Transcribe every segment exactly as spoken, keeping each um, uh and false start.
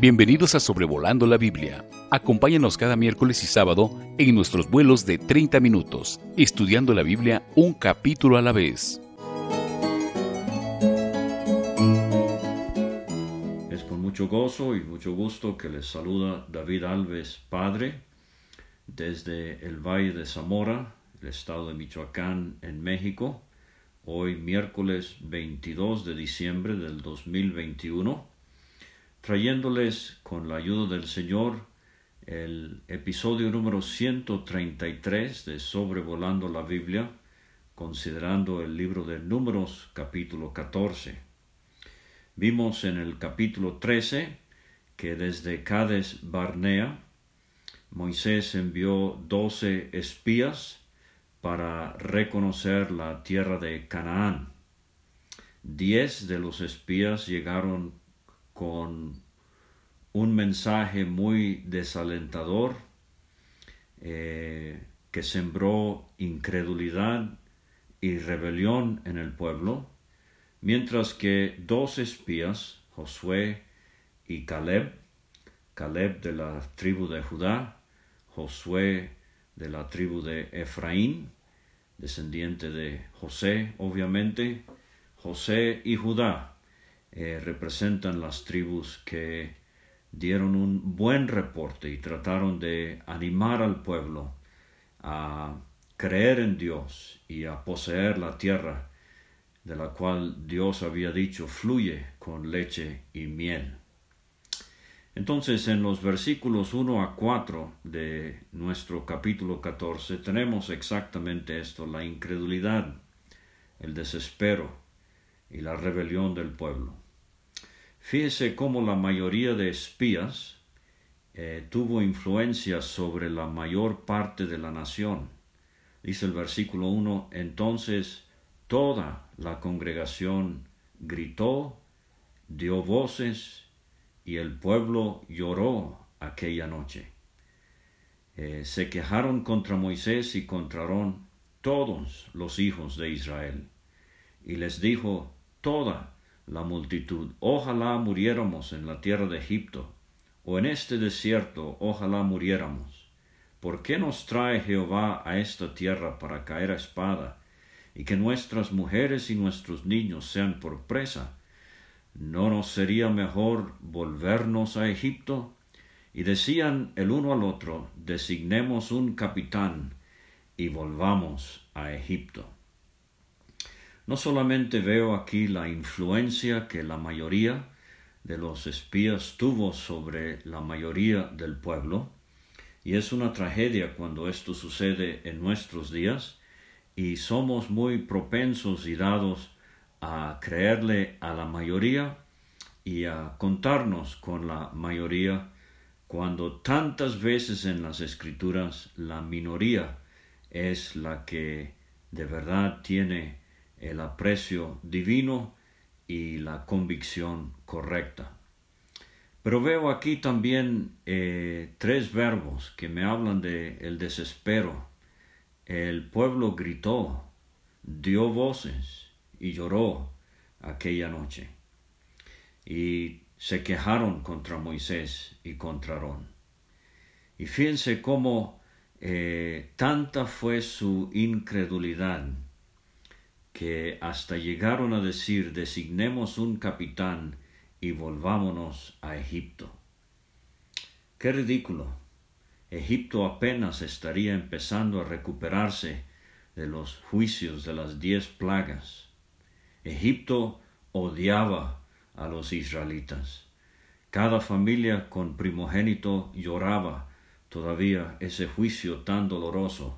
Bienvenidos a Sobrevolando la Biblia. Acompáñanos cada miércoles y sábado en nuestros vuelos de treinta minutos, estudiando la Biblia un capítulo a la vez. Es con mucho gozo y mucho gusto que les saluda David Alves, padre, desde el Valle de Zamora, el estado de Michoacán, en México, hoy miércoles veintidós de diciembre del dos mil veintiuno, trayéndoles con la ayuda del Señor el episodio número ciento treinta y tres de Sobrevolando la Biblia, considerando el libro de Números capítulo catorce. Vimos en el capítulo trece que desde Cades Barnea Moisés envió doce espías para reconocer la tierra de Canaán. Diez de los espías llegaron con un mensaje muy desalentador eh, que sembró incredulidad y rebelión en el pueblo, mientras que dos espías, Josué y Caleb, Caleb de la tribu de Judá, Josué de la tribu de Efraín, descendiente de José, obviamente, José y Judá, Eh, representan las tribus que dieron un buen reporte y trataron de animar al pueblo a creer en Dios y a poseer la tierra de la cual Dios había dicho fluye con leche y miel. Entonces, en los versículos uno a cuatro de nuestro capítulo catorce tenemos exactamente esto: la incredulidad, el desespero y la rebelión del pueblo. Fíjese cómo la mayoría de espías eh, tuvo influencia sobre la mayor parte de la nación. Dice el versículo uno, entonces toda la congregación gritó, dio voces, y el pueblo lloró aquella noche. Eh, se quejaron contra Moisés y contra Aarón todos los hijos de Israel, y les dijo toda la multitud, ojalá muriéramos en la tierra de Egipto, o en este desierto, ojalá muriéramos. ¿Por qué nos trae Jehová a esta tierra para caer a espada, y que nuestras mujeres y nuestros niños sean por presa? ¿No nos sería mejor volvernos a Egipto? Y decían el uno al otro, designemos un capitán, y volvamos a Egipto. No solamente veo aquí la influencia que la mayoría de los espías tuvo sobre la mayoría del pueblo, y es una tragedia cuando esto sucede en nuestros días, y somos muy propensos y dados a creerle a la mayoría y a contarnos con la mayoría, cuando tantas veces en las Escrituras la minoría es la que de verdad tiene el aprecio divino y la convicción correcta. Pero veo aquí también eh, tres verbos que me hablan de el desespero. El pueblo gritó, dio voces y lloró aquella noche. Y se quejaron contra Moisés y contra Aarón. Y fíjense cómo eh, tanta fue su incredulidad que hasta llegaron a decir, designemos un capitán y volvámonos a Egipto. ¡Qué ridículo! Egipto apenas estaría empezando a recuperarse de los juicios de las diez plagas. Egipto odiaba a los israelitas. Cada familia con primogénito lloraba todavía ese juicio tan doloroso.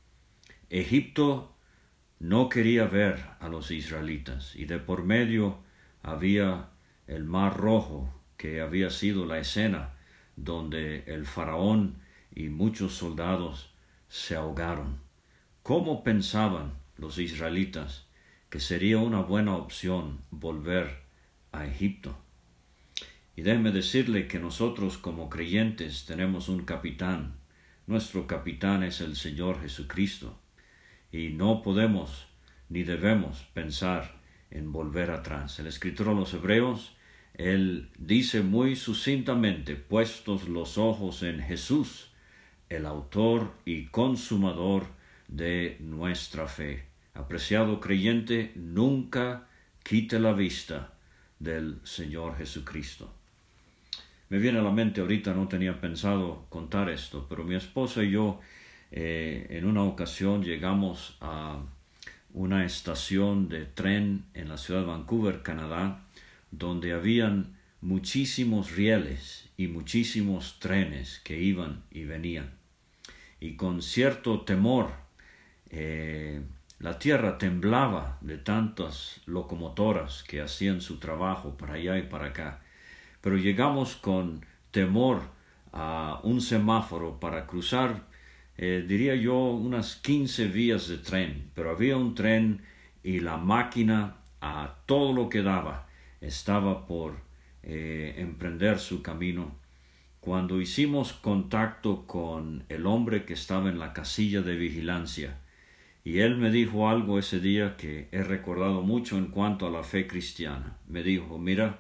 Egipto no quería ver a los israelitas, y de por medio había el Mar Rojo, que había sido la escena donde el faraón y muchos soldados se ahogaron. ¿Cómo pensaban los israelitas que sería una buena opción volver a Egipto? Y déjeme decirle que nosotros como creyentes tenemos un capitán. Nuestro capitán es el Señor Jesucristo. Y no podemos ni debemos pensar en volver atrás. El escritor a los Hebreos él dice muy sucintamente: puestos los ojos en Jesús, el autor y consumador de nuestra fe. Apreciado creyente, nunca quite la vista del Señor Jesucristo. Me viene a la mente ahorita, no tenía pensado contar esto, pero mi esposa y yo eh, en una ocasión llegamos a una estación de tren en la ciudad de Vancouver, Canadá, donde habían muchísimos rieles y muchísimos trenes que iban y venían. Y con cierto temor, eh, la tierra temblaba de tantas locomotoras que hacían su trabajo para allá y para acá. Pero llegamos con temor a un semáforo para cruzar, eh, diría yo, unas quince vías de tren. Pero había un tren y la máquina, a todo lo que daba, estaba por eh, emprender su camino. Cuando hicimos contacto con el hombre que estaba en la casilla de vigilancia, y él me dijo algo ese día que he recordado mucho en cuanto a la fe cristiana. Me dijo: mira,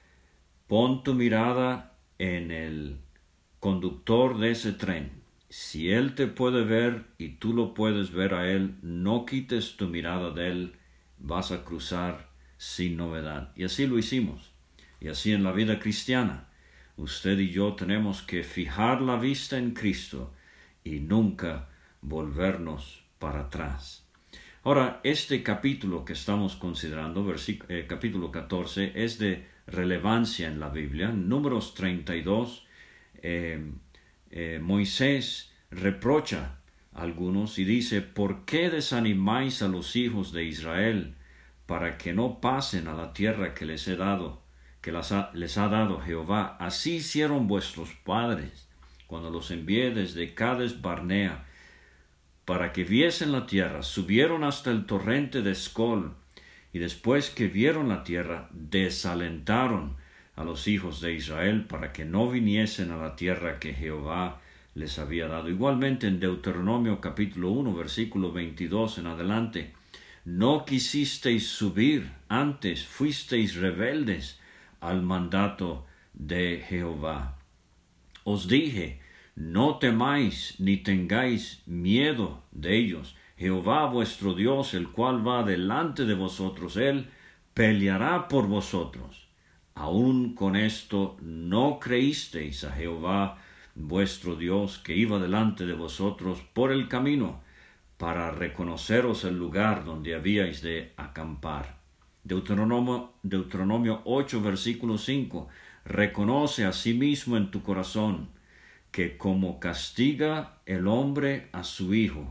pon tu mirada en el conductor de ese tren. Si él te puede ver y tú lo puedes ver a él, no quites tu mirada de él, vas a cruzar sin novedad. Y así lo hicimos. Y así en la vida cristiana, usted y yo tenemos que fijar la vista en Cristo y nunca volvernos para atrás. Ahora, este capítulo que estamos considerando, versículo, eh, capítulo catorce, es de relevancia en la Biblia. En Números treinta y dos, eh, eh, Moisés reprocha a algunos y dice: ¿por qué desanimáis a los hijos de Israel para que no pasen a la tierra que les he dado, que les ha, les ha dado Jehová? Así hicieron vuestros padres cuando los envié desde Cades Barnea para que viesen la tierra. Subieron hasta el torrente de Escol, y después que vieron la tierra, desalentaron a los hijos de Israel para que no viniesen a la tierra que Jehová les había dado. Igualmente en Deuteronomio capítulo uno, versículo veintidós en adelante: no quisisteis subir, antes fuisteis rebeldes al mandato de Jehová. Os dije: no temáis ni tengáis miedo de ellos. Jehová vuestro Dios, el cual va delante de vosotros, él peleará por vosotros. Aún con esto no creísteis a Jehová vuestro Dios, que iba delante de vosotros por el camino, para reconoceros el lugar donde habíais de acampar. Deuteronomio, Deuteronomio ocho, versículo cinco. Reconoce a sí mismo en tu corazón que como castiga el hombre a su hijo,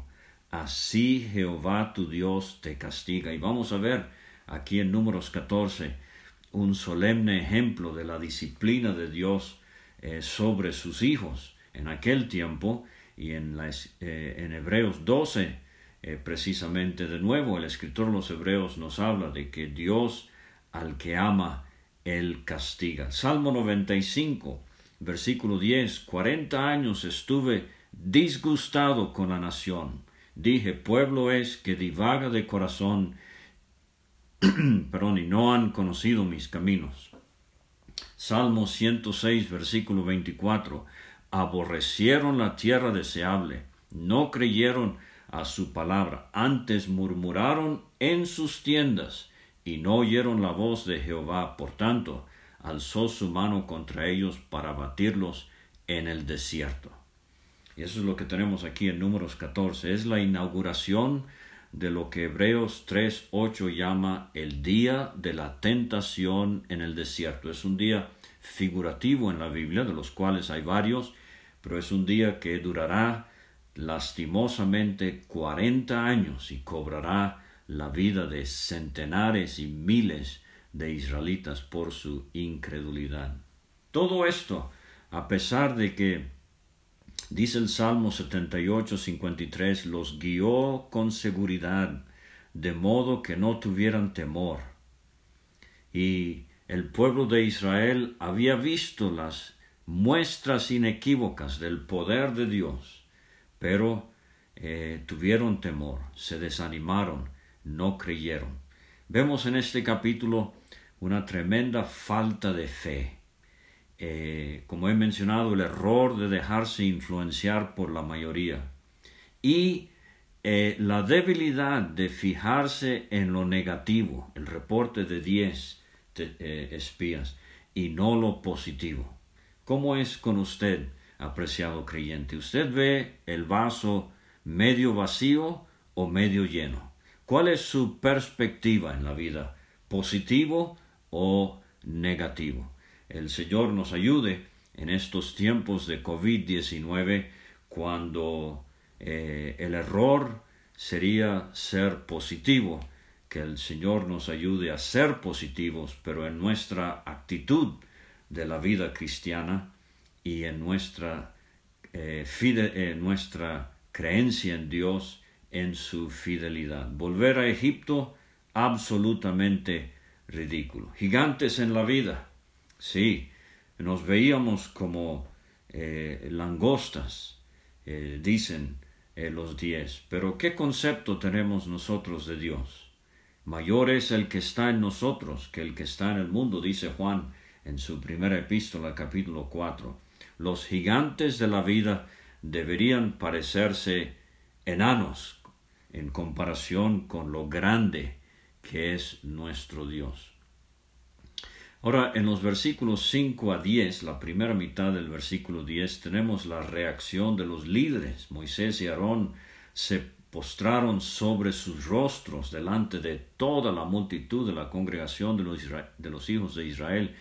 así Jehová tu Dios te castiga. Y vamos a ver aquí en Números catorce un solemne ejemplo de la disciplina de Dios eh, sobre sus hijos en aquel tiempo. Y en, la, eh, en Hebreos doce, eh, precisamente de nuevo, el escritor de los Hebreos nos habla de que Dios al que ama, él castiga. Salmo noventa y cinco, versículo diez. Cuarenta años estuve disgustado con la nación. Dije: pueblo es que divaga de corazón, perdón, y no han conocido mis caminos. Salmo ciento seis, versículo veinticuatro. Aborrecieron la tierra deseable, no creyeron a su palabra, antes murmuraron en sus tiendas y no oyeron la voz de Jehová. Por tanto, alzó su mano contra ellos para batirlos en el desierto. Y eso es lo que tenemos aquí en Números catorce. Es la inauguración de lo que Hebreos tres ocho llama el día de la tentación en el desierto. Es un día figurativo en la Biblia, de los cuales hay varios, pero es un día que durará lastimosamente cuarenta años y cobrará la vida de centenares y miles de israelitas por su incredulidad. Todo esto, a pesar de que, dice el Salmo setenta y ocho, cincuenta y tres, los guió con seguridad, de modo que no tuvieran temor. Y el pueblo de Israel había visto las muestras inequívocas del poder de Dios, pero eh, tuvieron temor, se desanimaron, no creyeron. Vemos en este capítulo una tremenda falta de fe. Eh, como he mencionado, el error de dejarse influenciar por la mayoría y eh, la debilidad de fijarse en lo negativo, el reporte de diez de, eh, espías, y no lo positivo. ¿Cómo es con usted, apreciado creyente? ¿Usted ve el vaso medio vacío o medio lleno? ¿Cuál es su perspectiva en la vida? ¿Positivo o negativo? El Señor nos ayude en estos tiempos de covid diecinueve, cuando eh, el error sería ser positivo. Que el Señor nos ayude a ser positivos, pero en nuestra actitud de la vida cristiana y en nuestra, eh, fide, eh, nuestra creencia en Dios, en su fidelidad. Volver a Egipto, absolutamente ridículo. Gigantes en la vida. Sí, nos veíamos como eh, langostas, eh, dicen eh, los diez. Pero ¿qué concepto tenemos nosotros de Dios? Mayor es el que está en nosotros que el que está en el mundo, dice Juan en su primera epístola, capítulo cuatro. Los gigantes de la vida deberían parecerse enanos en comparación con lo grande que es nuestro Dios. Ahora, en los versículos cinco a diez, la primera mitad del versículo diez, tenemos la reacción de los líderes. Moisés y Aarón se postraron sobre sus rostros delante de toda la multitud de la congregación de los, de los hijos de Israel.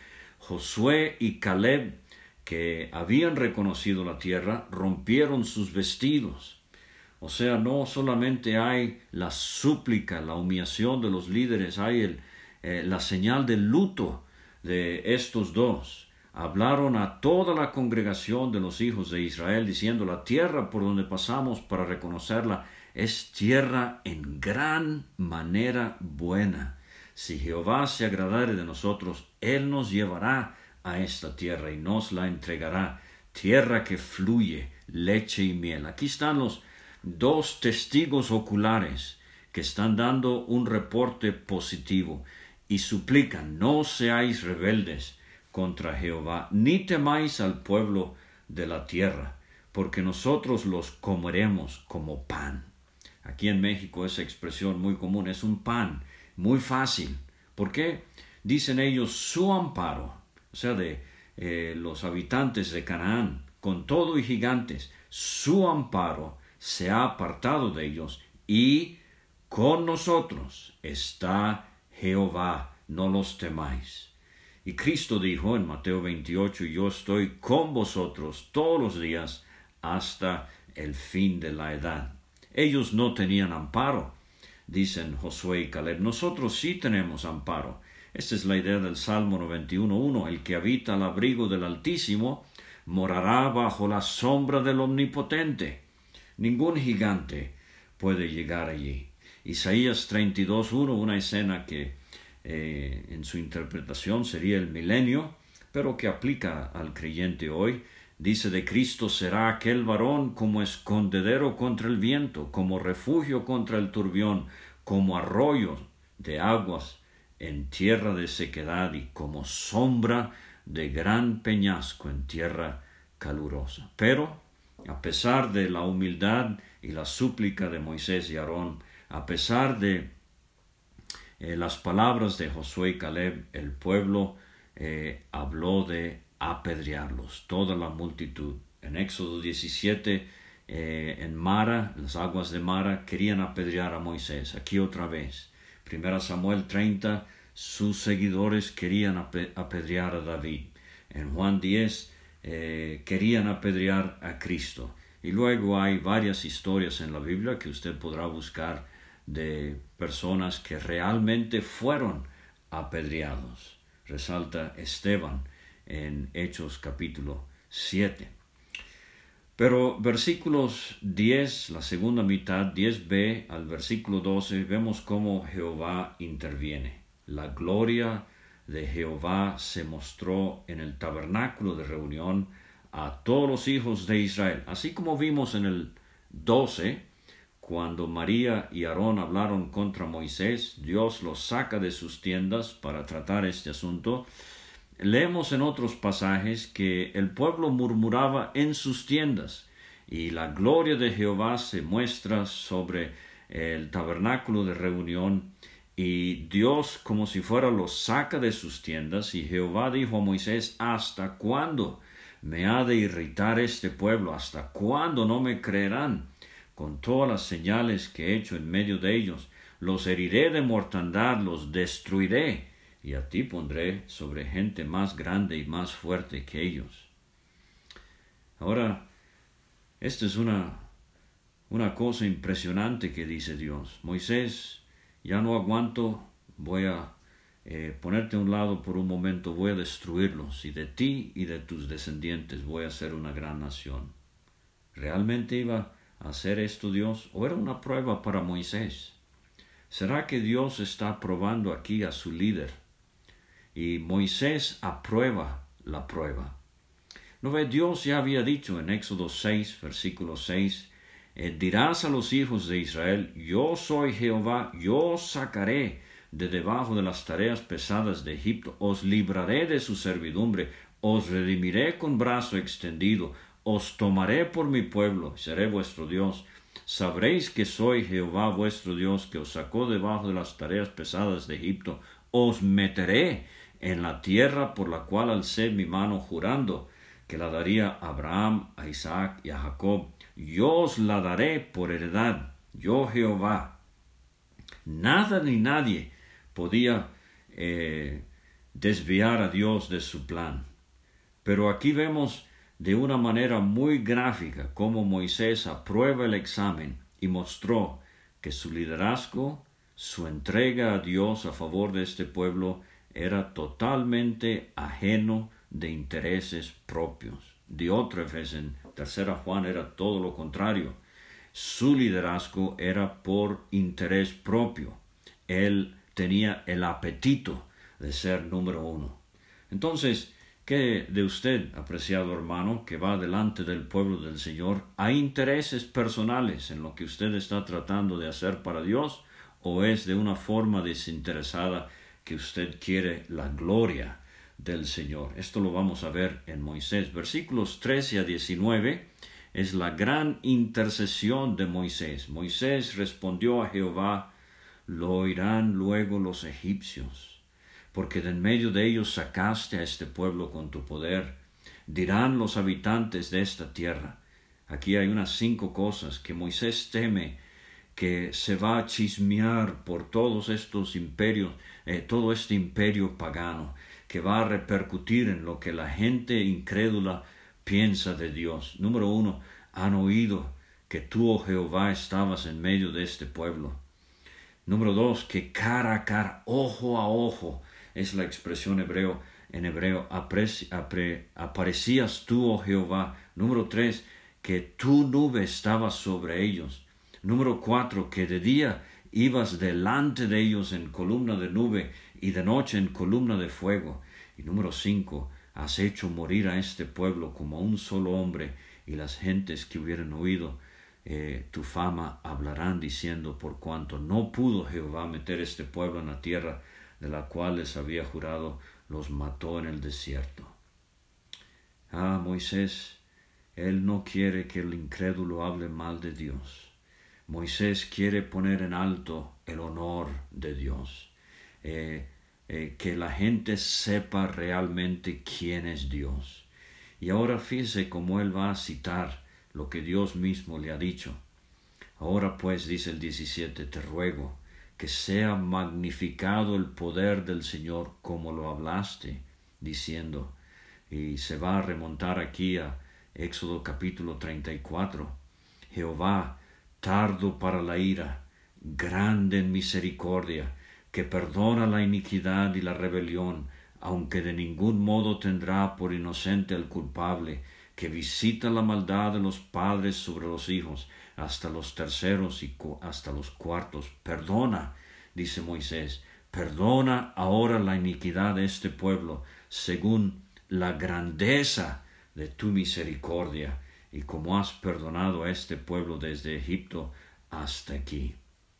Josué y Caleb, que habían reconocido la tierra, rompieron sus vestidos. O sea, no solamente hay la súplica, la humillación de los líderes, hay el, eh, la señal del luto de estos dos. Hablaron a toda la congregación de los hijos de Israel, diciendo: la tierra por donde pasamos para reconocerla es tierra en gran manera buena. Si Jehová se agradare de nosotros, Él nos llevará a esta tierra y nos la entregará, tierra que fluye leche y miel. Aquí están los dos testigos oculares que están dando un reporte positivo y suplican: no seáis rebeldes contra Jehová, ni temáis al pueblo de la tierra, porque nosotros los comeremos como pan. Aquí en México esa expresión muy común, es un pan muy fácil. ¿Por qué? Dicen ellos: su amparo, o sea, de eh, los habitantes de Canaán, con todo y gigantes, su amparo se ha apartado de ellos, y con nosotros está Jehová, no los temáis. Y Cristo dijo en Mateo veintiocho: yo estoy con vosotros todos los días hasta el fin de la edad. Ellos no tenían amparo, dicen Josué y Caleb. Nosotros sí tenemos amparo. Esta es la idea del Salmo noventa y uno uno. El que habita al abrigo del Altísimo morará bajo la sombra del Omnipotente. Ningún gigante puede llegar allí. Isaías treinta y dos uno, una escena que eh, en su interpretación sería el milenio, pero que aplica al creyente hoy. Dice: de Cristo será aquel varón como escondedero contra el viento, como refugio contra el turbión, como arroyo de aguas en tierra de sequedad, y como sombra de gran peñasco en tierra calurosa. Pero, a pesar de la humildad y la súplica de Moisés y Aarón, a pesar de eh, las palabras de Josué y Caleb, el pueblo eh, habló de apedrearlos, toda la multitud. En Éxodo diecisiete, eh, en Mara, las aguas de Mara, querían apedrear a Moisés. Aquí otra vez. Primera Samuel treinta, sus seguidores querían apedrear a David. En Juan diez, eh, querían apedrear a Cristo. Y luego hay varias historias en la Biblia que usted podrá buscar de personas que realmente fueron apedreados. Resalta Esteban en Hechos capítulo siete. Pero versículos diez, la segunda mitad, diez b al versículo doce, vemos cómo Jehová interviene. La gloria de Jehová se mostró en el tabernáculo de reunión a todos los hijos de Israel. Así como vimos en el doce, cuando María y Aarón hablaron contra Moisés, Dios los saca de sus tiendas para tratar este asunto. Leemos en otros pasajes que el pueblo murmuraba en sus tiendas y la gloria de Jehová se muestra sobre el tabernáculo de reunión y Dios como si fuera los saca de sus tiendas y Jehová dijo a Moisés, ¿hasta cuándo me ha de irritar este pueblo? ¿Hasta cuándo no me creerán? Con todas las señales que he hecho en medio de ellos, los heriré de mortandad, los destruiré, y a ti pondré sobre gente más grande y más fuerte que ellos. Ahora, esta es una, una cosa impresionante que dice Dios. Moisés, ya no aguanto, voy a eh, ponerte a un lado por un momento, voy a destruirlos, y de ti y de tus descendientes voy a hacer una gran nación. ¿Realmente iba a hacer esto Dios? ¿O era una prueba para Moisés? ¿Será que Dios está probando aquí a su líder? Y Moisés aprueba la prueba. ¿No ve? Dios ya había dicho en Éxodo seis, versículo seis, eh, dirás a los hijos de Israel, yo soy Jehová, yo os sacaré de debajo de las tareas pesadas de Egipto, os libraré de su servidumbre, os redimiré con brazo extendido, os tomaré por mi pueblo, seré vuestro Dios. Sabréis que soy Jehová vuestro Dios, que os sacó debajo de las tareas pesadas de Egipto. Os meteré en la tierra por la cual alcé mi mano jurando, que la daría a Abraham, a Isaac y a Jacob. Yo os la daré por heredad, yo Jehová. Nada ni nadie podía eh, desviar a Dios de su plan. Pero aquí vemos de una manera muy gráfica cómo Moisés aprueba el examen y mostró que su liderazgo, su entrega a Dios a favor de este pueblo era totalmente ajeno de intereses propios. Diótrefes en tercera Juan era todo lo contrario. Su liderazgo era por interés propio. Él tenía el apetito de ser número uno. Entonces, ¿qué de usted, apreciado hermano, que va delante del pueblo del Señor? ¿Hay intereses personales en lo que usted está tratando de hacer para Dios? ¿O es de una forma desinteresada que usted quiere la gloria del Señor? Esto lo vamos a ver en Moisés. Versículos trece a diecinueve es la gran intercesión de Moisés. Moisés respondió a Jehová, lo oirán luego los egipcios, porque de en medio de ellos sacaste a este pueblo con tu poder. Dirán los habitantes de esta tierra. Aquí hay unas cinco cosas que Moisés teme que se va a chismear por todos estos imperios, eh, todo este imperio pagano, que va a repercutir en lo que la gente incrédula piensa de Dios. Número uno, han oído que tú, oh Jehová, estabas en medio de este pueblo. Número dos, que cara a cara, ojo a ojo, es la expresión hebreo, en hebreo, apreci, apre, aparecías tú, oh Jehová. Número tres, que tu nube estaba sobre ellos. Número cuatro, que de día ibas delante de ellos en columna de nube y de noche en columna de fuego. Y número cinco, has hecho morir a este pueblo como a un solo hombre, y las gentes que hubieran oído eh, tu fama hablarán diciendo, por cuanto no pudo Jehová meter este pueblo en la tierra de la cual les había jurado, los mató en el desierto. Ah, Moisés, él no quiere que el incrédulo hable mal de Dios. Moisés quiere poner en alto el honor de Dios, eh, eh, que la gente sepa realmente quién es Dios. Y ahora fíjese cómo él va a citar lo que Dios mismo le ha dicho. Ahora pues, dice el diecisiete, te ruego que sea magnificado el poder del Señor como lo hablaste, diciendo, y se va a remontar aquí a Éxodo capítulo treinta y cuatro, Jehová, tardo para la ira, grande en misericordia, que perdona la iniquidad y la rebelión, aunque de ningún modo tendrá por inocente al culpable, que visita la maldad de los padres sobre los hijos, hasta los terceros y hasta los cuartos. Perdona, dice Moisés, perdona ahora la iniquidad de este pueblo, según la grandeza de tu misericordia, y como has perdonado a este pueblo desde Egipto hasta aquí.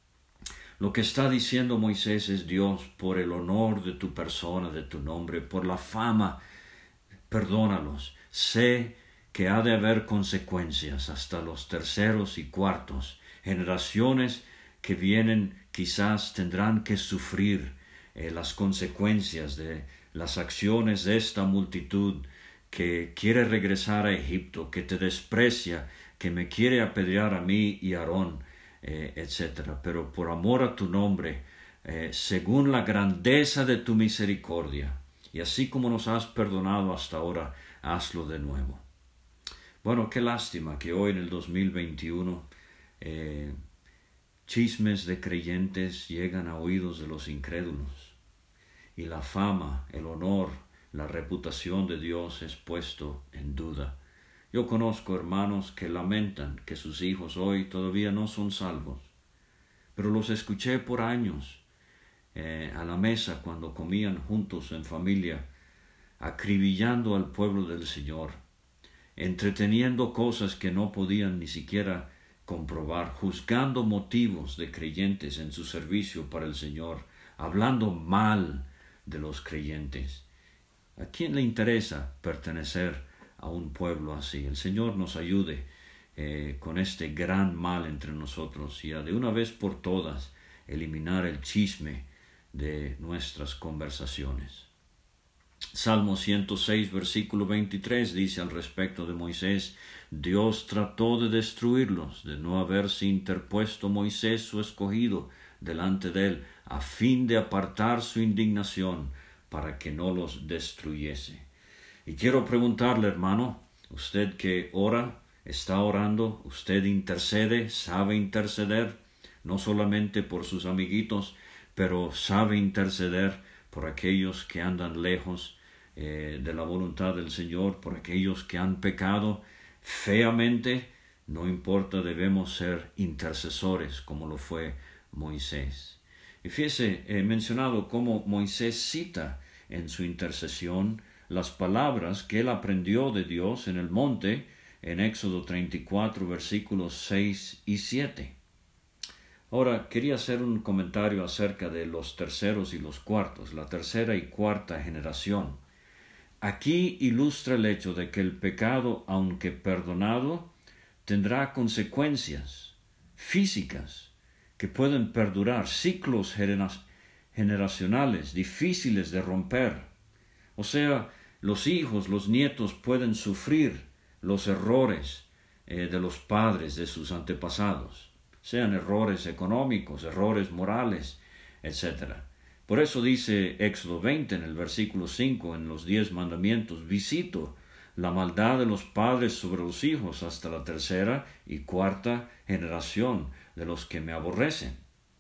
Lo que está diciendo Moisés es: Dios, por el honor de tu persona, de tu nombre, por la fama, perdónalos. Sé que ha de haber consecuencias hasta los terceros y cuartos. Generaciones que vienen quizás tendrán que sufrir eh, las consecuencias de las acciones de esta multitud que quiere regresar a Egipto, que te desprecia, que me quiere apedrear a mí y a Aarón, eh, etcétera. Pero por amor a tu nombre, eh, según la grandeza de tu misericordia, y así como nos has perdonado hasta ahora, hazlo de nuevo. Bueno, qué lástima que hoy en el dos mil veintiuno eh, chismes de creyentes llegan a oídos de los incrédulos y la fama, el honor, la reputación de Dios es puesto en duda. Yo conozco hermanos que lamentan que sus hijos hoy todavía no son salvos, pero los escuché por años eh, a la mesa cuando comían juntos en familia, acribillando al pueblo del Señor, entreteniendo cosas que no podían ni siquiera comprobar, juzgando motivos de creyentes en su servicio para el Señor, hablando mal de los creyentes. ¿A quién le interesa pertenecer a un pueblo así? El Señor nos ayude eh, con este gran mal entre nosotros y a de una vez por todas eliminar el chisme de nuestras conversaciones. Salmo ciento seis, versículo veintitrés dice al respecto de Moisés: Dios trató de destruirlos, de no haberse interpuesto Moisés su escogido delante de él, a fin de apartar su indignación, para que no los destruyese. Y quiero preguntarle, hermano, usted que ora, está orando, usted intercede, sabe interceder, no solamente por sus amiguitos, pero sabe interceder por aquellos que andan lejos eh, de la voluntad del Señor, por aquellos que han pecado feamente. No importa, debemos ser intercesores como lo fue Moisés. Y fíjese, he mencionado cómo Moisés cita en su intercesión las palabras que él aprendió de Dios en el monte en Éxodo treinta y cuatro, versículos seis y siete. Ahora, quería hacer un comentario acerca de los terceros y los cuartos, la tercera y cuarta generación. Aquí ilustra el hecho de que el pecado, aunque perdonado, tendrá consecuencias físicas que pueden perdurar, ciclos generacionales difíciles de romper. O sea, los hijos, los nietos pueden sufrir los errores eh, de los padres, de sus antepasados, sean errores económicos, errores morales, etcétera. Por eso dice Éxodo veinte en el versículo cinco, en los diez mandamientos: visito la maldad de los padres sobre los hijos hasta la tercera y cuarta generación de los que me aborrecen.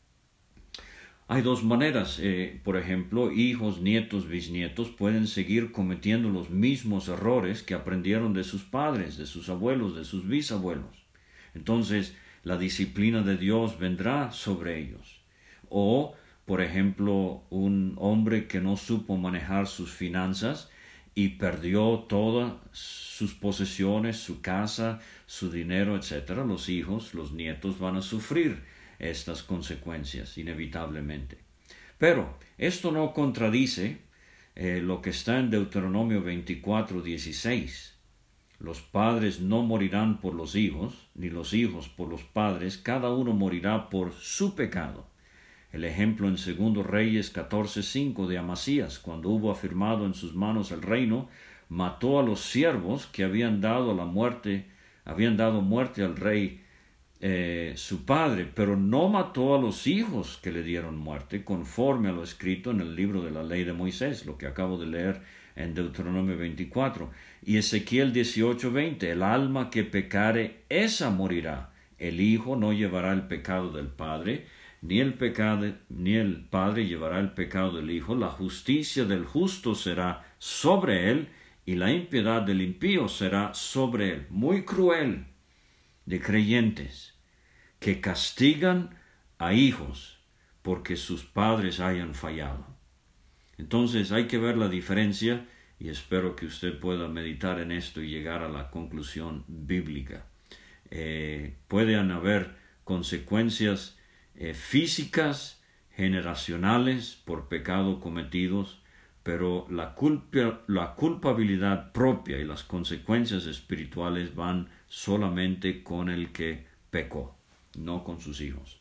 Hay dos maneras, eh, por ejemplo, hijos, nietos, bisnietos pueden seguir cometiendo los mismos errores que aprendieron de sus padres, de sus abuelos, de sus bisabuelos. Entonces, la disciplina de Dios vendrá sobre ellos. O, por ejemplo, un hombre que no supo manejar sus finanzas y perdió todas sus posesiones, su casa, su dinero, etcétera. Los hijos, los nietos van a sufrir estas consecuencias inevitablemente. Pero esto no contradice eh, lo que está en Deuteronomio veinticuatro, dieciséis. Los padres no morirán por los hijos, ni los hijos por los padres, cada uno morirá por su pecado. El ejemplo en Segundo Reyes catorce, cinco de Amasías, cuando hubo afirmado en sus manos el reino, mató a los siervos que habían dado la muerte, habían dado muerte al rey eh, su padre, pero no mató a los hijos que le dieron muerte, conforme a lo escrito en el libro de la ley de Moisés, lo que acabo de leer en Deuteronomio veinticuatro. Y Ezequiel dieciocho, veinte, el alma que pecare, esa morirá. El hijo no llevará el pecado del padre, ni el pecado, ni el padre llevará el pecado del hijo. La justicia del justo será sobre él, y la impiedad del impío será sobre él. Muy cruel de creyentes que castigan a hijos porque sus padres hayan fallado. Entonces hay que ver la diferencia, y espero que usted pueda meditar en esto y llegar a la conclusión bíblica. Eh, pueden haber consecuencias eh, físicas, generacionales por pecado cometidos, pero la, culpa, la culpabilidad propia y las consecuencias espirituales van solamente con el que pecó, no con sus hijos.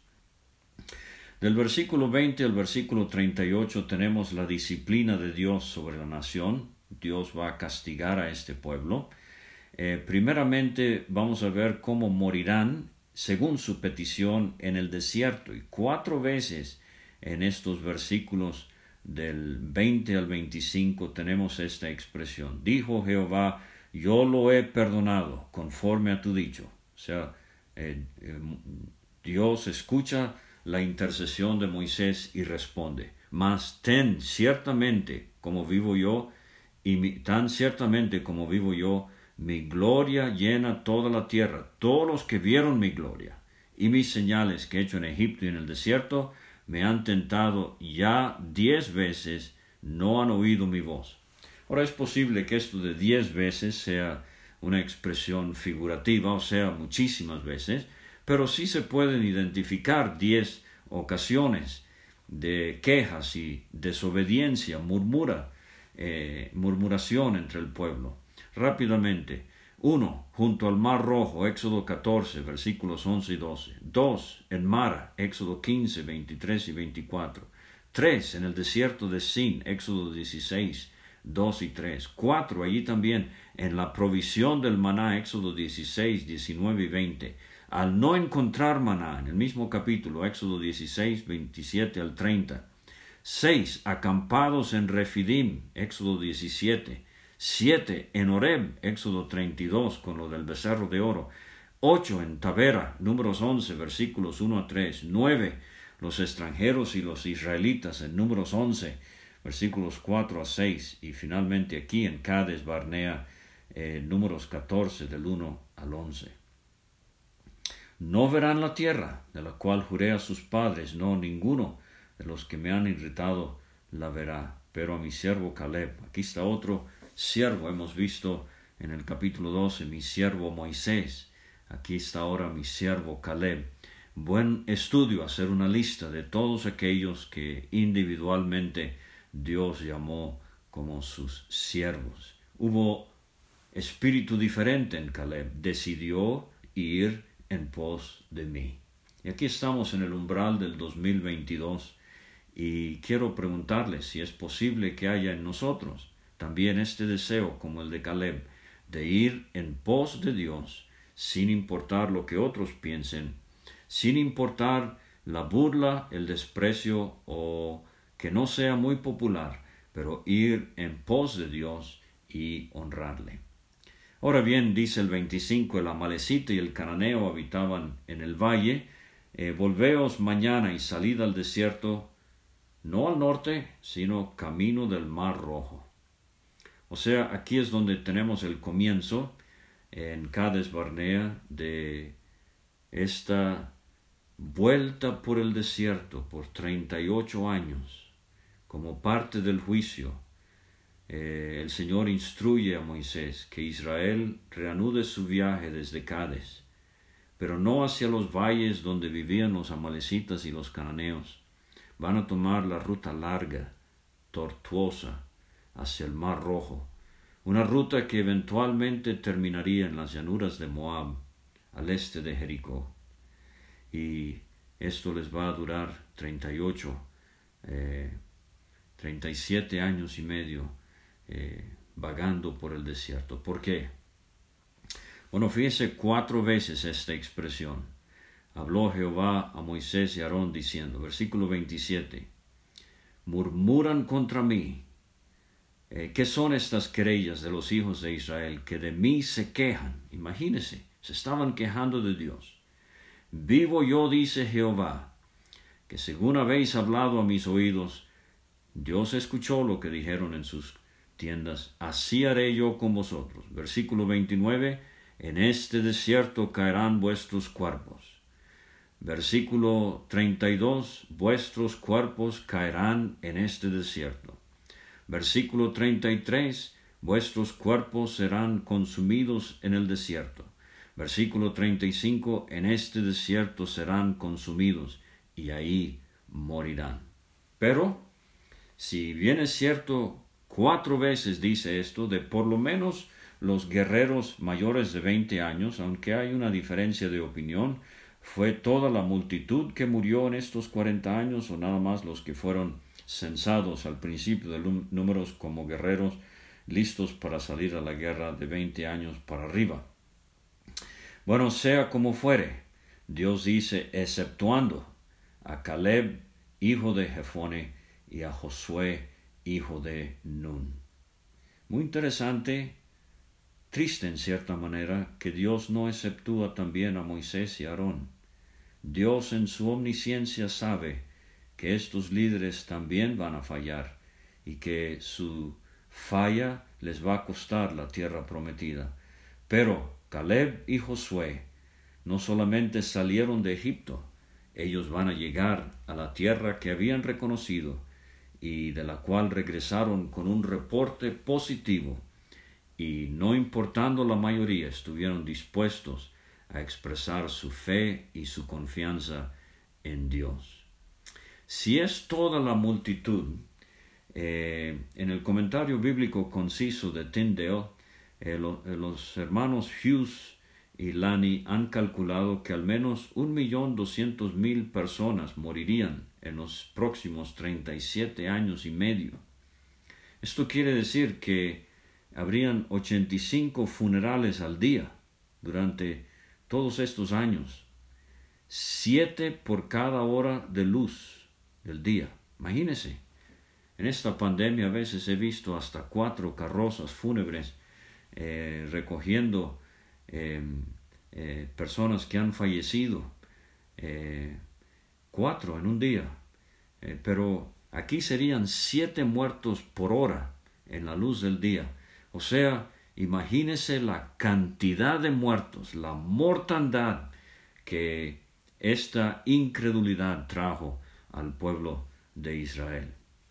Del versículo veinte al versículo treinta y ocho tenemos la disciplina de Dios sobre la nación. Dios va a castigar a este pueblo. Eh, primeramente vamos a ver cómo morirán según su petición en el desierto. Y cuatro veces en estos versículos del veinte al veinticinco tenemos esta expresión. Dijo Jehová, yo lo he perdonado conforme a tu dicho. O sea, eh, eh, Dios escucha la intercesión de Moisés y responde, mas ten ciertamente como vivo yo, y mi, tan ciertamente como vivo yo, mi gloria llena toda la tierra. Todos los que vieron mi gloria y mis señales que he hecho en Egipto y en el desierto, me han tentado ya diez veces, no han oído mi voz. Ahora es posible que esto de diez veces sea una expresión figurativa, o sea, muchísimas veces, pero sí se pueden identificar diez ocasiones de quejas y desobediencia, murmura, eh, murmuración entre el pueblo. Rápidamente. Uno, junto al mar rojo, Éxodo catorce, versículos once y doce. Dos, en Mara, Éxodo quince, veintitrés y veinticuatro. Tres, en el desierto de Sin, Éxodo dieciséis, dos y tres. Cuatro, allí también en la provisión del maná, Éxodo dieciséis, diecinueve y veinte. Al no encontrar maná, en el mismo capítulo, Éxodo dieciséis, veintisiete al treinta. Seis, acampados en Refidim, Éxodo diecisiete. Siete, en Horeb, Éxodo treinta y dos, con lo del becerro de oro. Ocho, en Tabera, Números once, versículos uno a tres. Nueve, los extranjeros y los israelitas, en Números once, versículos cuatro a seis. Y finalmente aquí en Cades Barnea, eh, Números catorce, del uno al once. No verán la tierra, de la cual juré a sus padres, no, ninguno de los que me han irritado la verá, pero a mi siervo Caleb. Aquí está otro siervo, hemos visto en el capítulo doce, mi siervo Moisés. Aquí está ahora mi siervo Caleb. Buen estudio hacer una lista de todos aquellos que individualmente Dios llamó como sus siervos. Hubo espíritu diferente en Caleb, decidió ir en pos de mí. Y aquí estamos en el umbral del dos mil veintidós y quiero preguntarles si es posible que haya en nosotros también este deseo como el de Caleb, de ir en pos de Dios, sin importar lo que otros piensen, sin importar la burla, el desprecio o que no sea muy popular, pero ir en pos de Dios y honrarle. Ahora bien, dice el veinticinco, el amalecita y el cananeo habitaban en el valle. Eh, volveos mañana y salid al desierto, no al norte, sino camino del mar rojo. O sea, aquí es donde tenemos el comienzo, en Cades Barnea, de esta vuelta por el desierto por treinta y ocho años, como parte del juicio. Eh, el Señor instruye a Moisés que Israel reanude su viaje desde Cades, pero no hacia los valles donde vivían los amalecitas y los cananeos. Van a tomar la ruta larga, tortuosa, hacia el Mar Rojo, una ruta que eventualmente terminaría en las llanuras de Moab, al este de Jericó. Y esto les va a durar treinta y ocho, eh, treinta y siete años y medio eh, vagando por el desierto. ¿Por qué? Bueno, fíjese cuatro veces esta expresión. Habló Jehová a Moisés y a Aarón diciendo, versículo veintisiete, murmuran contra mí. Eh, ¿Qué son estas querellas de los hijos de Israel que de mí se quejan? Imagínense, se estaban quejando de Dios. Vivo yo, dice Jehová, que según habéis hablado a mis oídos, Dios escuchó lo que dijeron en sus tiendas, así haré yo con vosotros. Versículo veintinueve, en este desierto caerán vuestros cuerpos. Versículo treinta y dos, vuestros cuerpos caerán en este desierto. Versículo treinta y tres, vuestros cuerpos serán consumidos en el desierto. Versículo treinta y cinco, en este desierto serán consumidos y ahí morirán. Pero, si bien es cierto, cuatro veces dice esto, de por lo menos los guerreros mayores de veinte años, aunque hay una diferencia de opinión, ¿fue toda la multitud que murió en estos cuarenta años o nada más los que fueron censados al principio de los números como guerreros listos para salir a la guerra de veinte años para arriba? Bueno, sea como fuere, Dios dice, exceptuando a Caleb, hijo de Jefone, y a Josué, hijo de Nun. Muy interesante, triste en cierta manera, que Dios no exceptúa también a Moisés y Aarón. Dios en su omnisciencia sabe que estos líderes también van a fallar y que su falla les va a costar la tierra prometida. Pero Caleb y Josué no solamente salieron de Egipto, ellos van a llegar a la tierra que habían reconocido y de la cual regresaron con un reporte positivo, y no importando la mayoría, estuvieron dispuestos a expresar su fe y su confianza en Dios. Si es toda la multitud, eh, en el comentario bíblico conciso de Tyndale, eh, lo, eh, los hermanos Hughes y Lani han calculado que al menos un millón doscientos mil personas morirían en los próximos treinta y siete años y medio. Esto quiere decir que habrían ochenta y cinco funerales al día durante todos estos años, siete por cada hora de luz del día. Imagínense, en esta pandemia a veces he visto hasta cuatro carrozas fúnebres eh, recogiendo eh, eh, personas que han fallecido, eh, cuatro en un día, eh, pero aquí serían siete muertos por hora en la luz del día. O sea, imagínese la cantidad de muertos, la mortandad que esta incredulidad trajo al pueblo de Israel.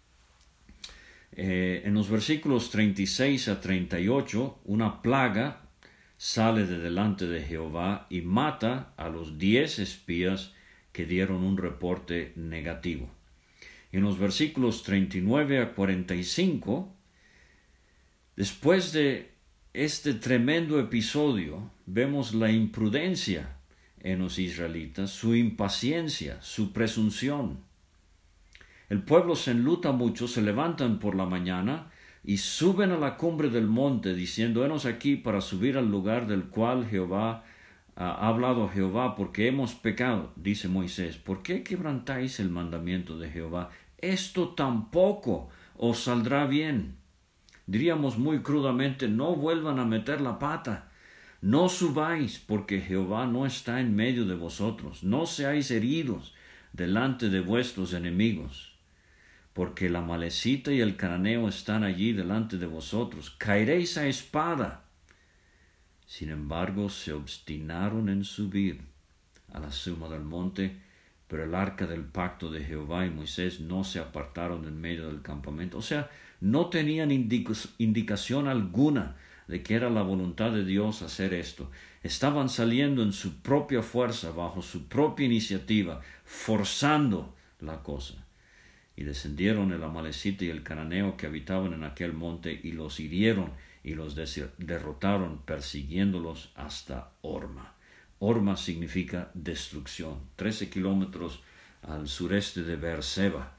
Eh, en los versículos treinta y seis a treinta y ocho, una plaga sale de delante de Jehová y mata a los diez espías que dieron un reporte negativo. En los versículos treinta y nueve a cuarenta y cinco, después de este tremendo episodio, vemos la imprudencia en los israelitas, su impaciencia, su presunción. El pueblo se enluta mucho, se levantan por la mañana y suben a la cumbre del monte, diciendo, henos aquí para subir al lugar del cual Jehová ha hablado Jehová, porque hemos pecado. Dice Moisés, ¿por qué quebrantáis el mandamiento de Jehová? Esto tampoco os saldrá bien. Diríamos muy crudamente, no vuelvan a meter la pata. No subáis, porque Jehová no está en medio de vosotros. No seáis heridos delante de vuestros enemigos, porque el amalecita y el cananeo están allí delante de vosotros. Caeréis a espada. Sin embargo, se obstinaron en subir a la suma del monte, pero el arca del pacto de Jehová y Moisés no se apartaron en medio del campamento. O sea, no tenían indicación alguna de que era la voluntad de Dios hacer esto. Estaban saliendo en su propia fuerza, bajo su propia iniciativa, forzando la cosa. Y descendieron el amalecita y el cananeo que habitaban en aquel monte y los hirieron y los derrotaron, persiguiéndolos hasta Horma. Horma significa destrucción, trece kilómetros al sureste de Beerseba.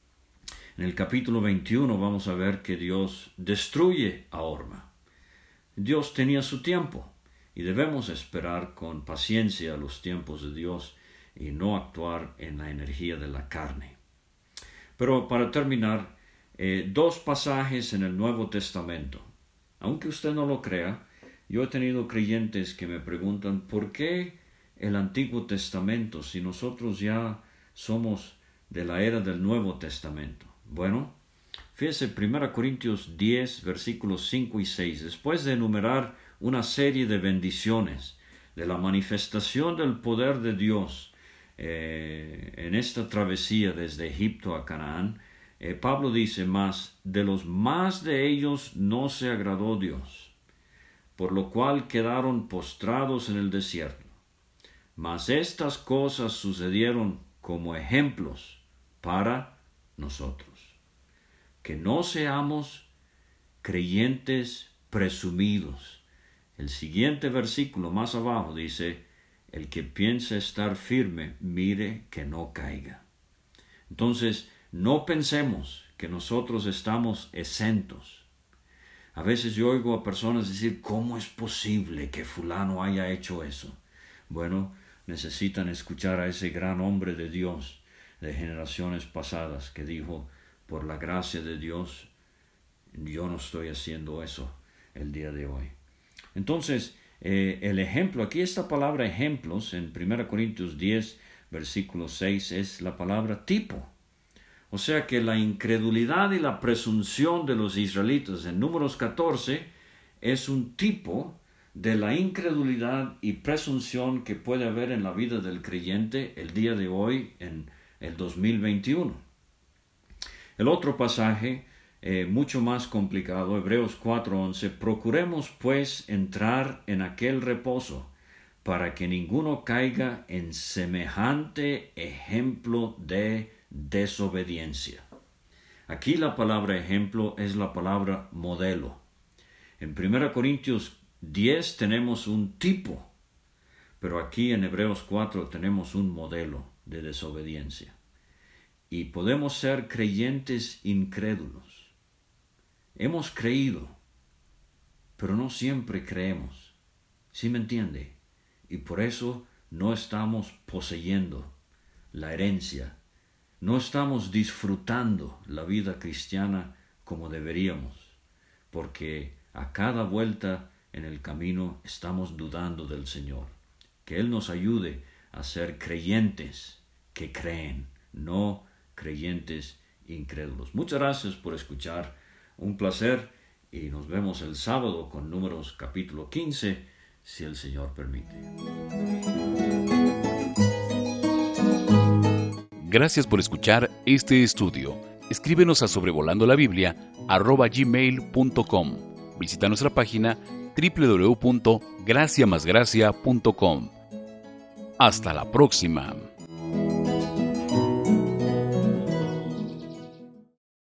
En el capítulo veintiuno vamos a ver que Dios destruye a Horma. Dios tenía su tiempo y debemos esperar con paciencia los tiempos de Dios y no actuar en la energía de la carne. Pero para terminar, eh, dos pasajes en el Nuevo Testamento. Aunque usted no lo crea, yo he tenido creyentes que me preguntan, ¿por qué el Antiguo Testamento si nosotros ya somos de la era del Nuevo Testamento? Bueno, fíjese, primera Corintios diez, versículos cinco y seis. Después de enumerar una serie de bendiciones, de la manifestación del poder de Dios eh, en esta travesía desde Egipto a Canaán, eh, Pablo dice más, de los más de ellos no se agradó Dios, por lo cual quedaron postrados en el desierto. Mas estas cosas sucedieron como ejemplos para nosotros, que no seamos creyentes presumidos. El siguiente versículo más abajo dice, el que piensa estar firme, mire que no caiga. Entonces, no pensemos que nosotros estamos exentos. A veces yo oigo a personas decir, ¿cómo es posible que fulano haya hecho eso? Bueno, necesitan escuchar a ese gran hombre de Dios de generaciones pasadas que dijo, por la gracia de Dios, yo no estoy haciendo eso el día de hoy. Entonces, eh, el ejemplo, aquí esta palabra ejemplos en primera Corintios diez, versículo seis, es la palabra tipo. O sea que la incredulidad y la presunción de los israelitas en Números catorce es un tipo de la incredulidad y presunción que puede haber en la vida del creyente el día de hoy en el dos mil veintiuno. El otro pasaje, eh, mucho más complicado, Hebreos cuatro once, procuremos pues entrar en aquel reposo para que ninguno caiga en semejante ejemplo de desobediencia. Aquí la palabra ejemplo es la palabra modelo. En primera Corintios diez tenemos un tipo, pero aquí en Hebreos cuatro tenemos un modelo de desobediencia. Y podemos ser creyentes incrédulos. Hemos creído, pero no siempre creemos. ¿Sí me entiende? Y por eso no estamos poseyendo la herencia. No estamos disfrutando la vida cristiana como deberíamos, porque a cada vuelta en el camino estamos dudando del Señor. Que Él nos ayude a ser creyentes que creen, no creyentes incrédulos. Muchas gracias por escuchar. Un placer y nos vemos el sábado con Números capítulo quince, si el Señor permite. Gracias por escuchar este estudio. Escríbenos a sobrevolando la Biblia arroba gmail punto com. Visita nuestra página doble u doble u doble u punto gracia más gracia punto com. Hasta la próxima.